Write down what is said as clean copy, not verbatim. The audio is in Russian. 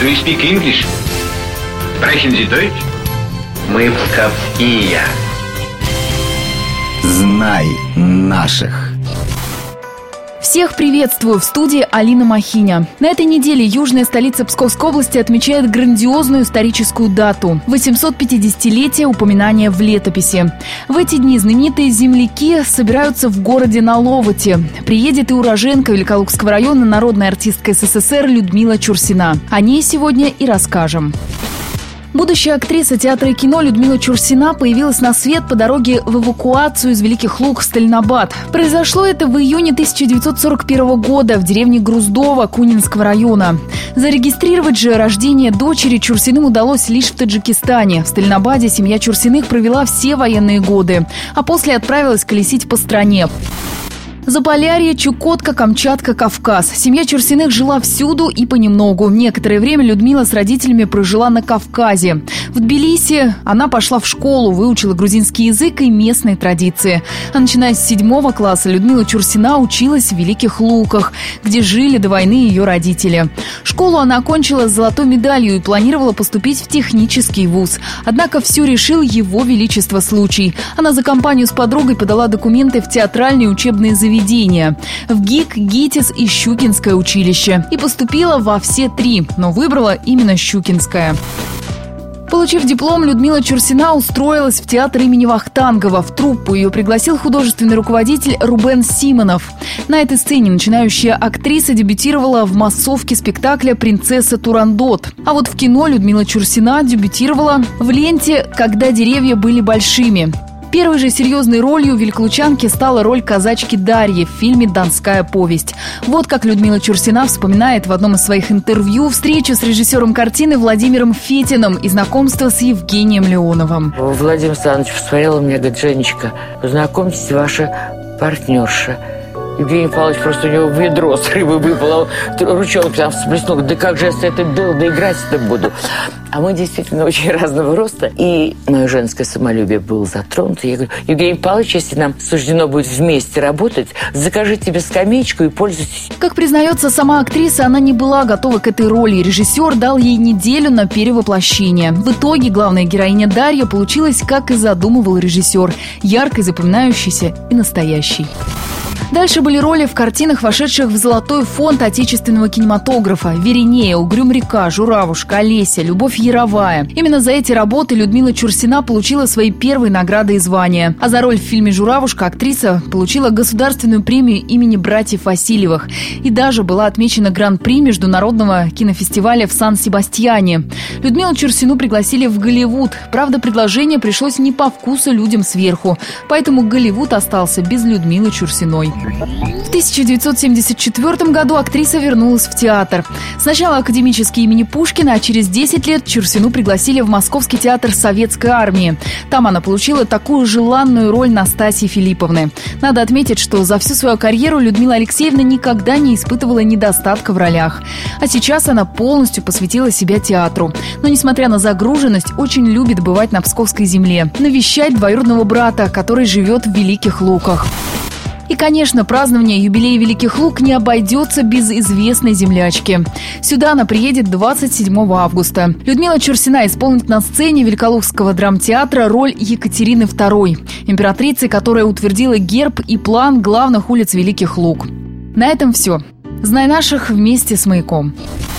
Do you speak English? Sprechen Sie Deutsch? Мы псковские. Знай наших. Всех приветствую! В студии Алина Махиня. На этой неделе южная столица Псковской области отмечает грандиозную историческую дату – 850-летие упоминания в летописи. В эти дни знаменитые земляки собираются в городе на Ловоте. Приедет и уроженка Великолукского района, народная артистка СССР Людмила Чурсина. О ней сегодня и расскажем. Будущая актриса театра и кино Людмила Чурсина появилась на свет по дороге в эвакуацию из Великих Луг в Сталинабад. Произошло это в июне 1941 года в деревне Груздово Кунинского района. Зарегистрировать же рождение дочери Чурсиным удалось лишь в Таджикистане. В Сталинабаде семья Чурсиных провела все военные годы, а после отправилась колесить по стране. Заполярье, Чукотка, Камчатка, Кавказ. Семья Чурсиных жила всюду и понемногу. Некоторое время Людмила с родителями прожила на Кавказе. В Тбилиси она пошла в школу, выучила грузинский язык и местные традиции. А начиная с 7 класса Людмила Чурсина училась в Великих Луках, где жили до войны ее родители. Школу она окончила с золотой медалью и планировала поступить в технический вуз. Однако все решил его величество случай. Она за компанию с подругой подала документы в театральные учебные заведения. В ГИК, ГИТИС и Щукинское училище. И поступила во все 3, но выбрала именно Щукинское. Получив диплом, Людмила Чурсина устроилась в театр имени Вахтангова. В труппу ее пригласил художественный руководитель Рубен Симонов. На этой сцене начинающая актриса дебютировала в массовке спектакля «Принцесса Турандот». А вот в кино Людмила Чурсина дебютировала в ленте «Когда деревья были большими». Первой же серьезной ролью великолучанки стала роль казачки Дарьи в фильме «Донская повесть». Вот как Людмила Чурсина вспоминает в одном из своих интервью встречу с режиссером картины Владимиром Фетиным и знакомство с Евгением Леоновым. Владимир Александрович посмотрел мне, говорит: «Женечка, познакомьтесь, ваша партнерша». Евгений Павлович, просто у него ведро с рыбы выпало, ручонок прям всплеснул. Да как же я с этой был, да играть-то буду. А мы действительно очень разного роста. И мое женское самолюбие было затронуто. Я говорю: Евгений Павлович, если нам суждено будет вместе работать, закажи тебе скамеечку и пользуйтесь. Как признается сама актриса, она не была готова к этой роли. Режиссер дал ей неделю на перевоплощение. В итоге главная героиня Дарья получилась, как и задумывал режиссер, яркой, запоминающейся и настоящей. Дальше были роли в картинах, вошедших в золотой фонд отечественного кинематографа: «Веринея», «Угрюм река», «Журавушка», «Олеся», «Любовь Яровая». Именно за эти работы Людмила Чурсина получила свои первые награды и звания. А за роль в фильме «Журавушка» актриса получила государственную премию имени братьев Васильевых и даже была отмечена гран-при международного кинофестиваля в Сан-Себастьяне. Людмилу Чурсину пригласили в Голливуд. Правда, предложение пришлось не по вкусу людям сверху, поэтому Голливуд остался без Людмилы Чурсиной. В 1974 году актриса вернулась в театр. Сначала академический имени Пушкина, а через 10 лет Чурсину пригласили в Московский театр Советской армии. Там она получила такую желанную роль Настасьи Филипповны. Надо отметить, что за всю свою карьеру Людмила Алексеевна никогда не испытывала недостатка в ролях. А сейчас она полностью посвятила себя театру. Но, несмотря на загруженность, очень любит бывать на Псковской земле, навещать двоюродного брата, который живет в Великих Луках. И, конечно, празднование юбилея Великих Луг не обойдется без известной землячки. Сюда она приедет 27 августа. Людмила Чурсина исполнит на сцене Великолукского драмтеатра роль Екатерины II, императрицы, которая утвердила герб и план главных улиц Великих Луг. На этом все. Знай наших вместе с «Маяком».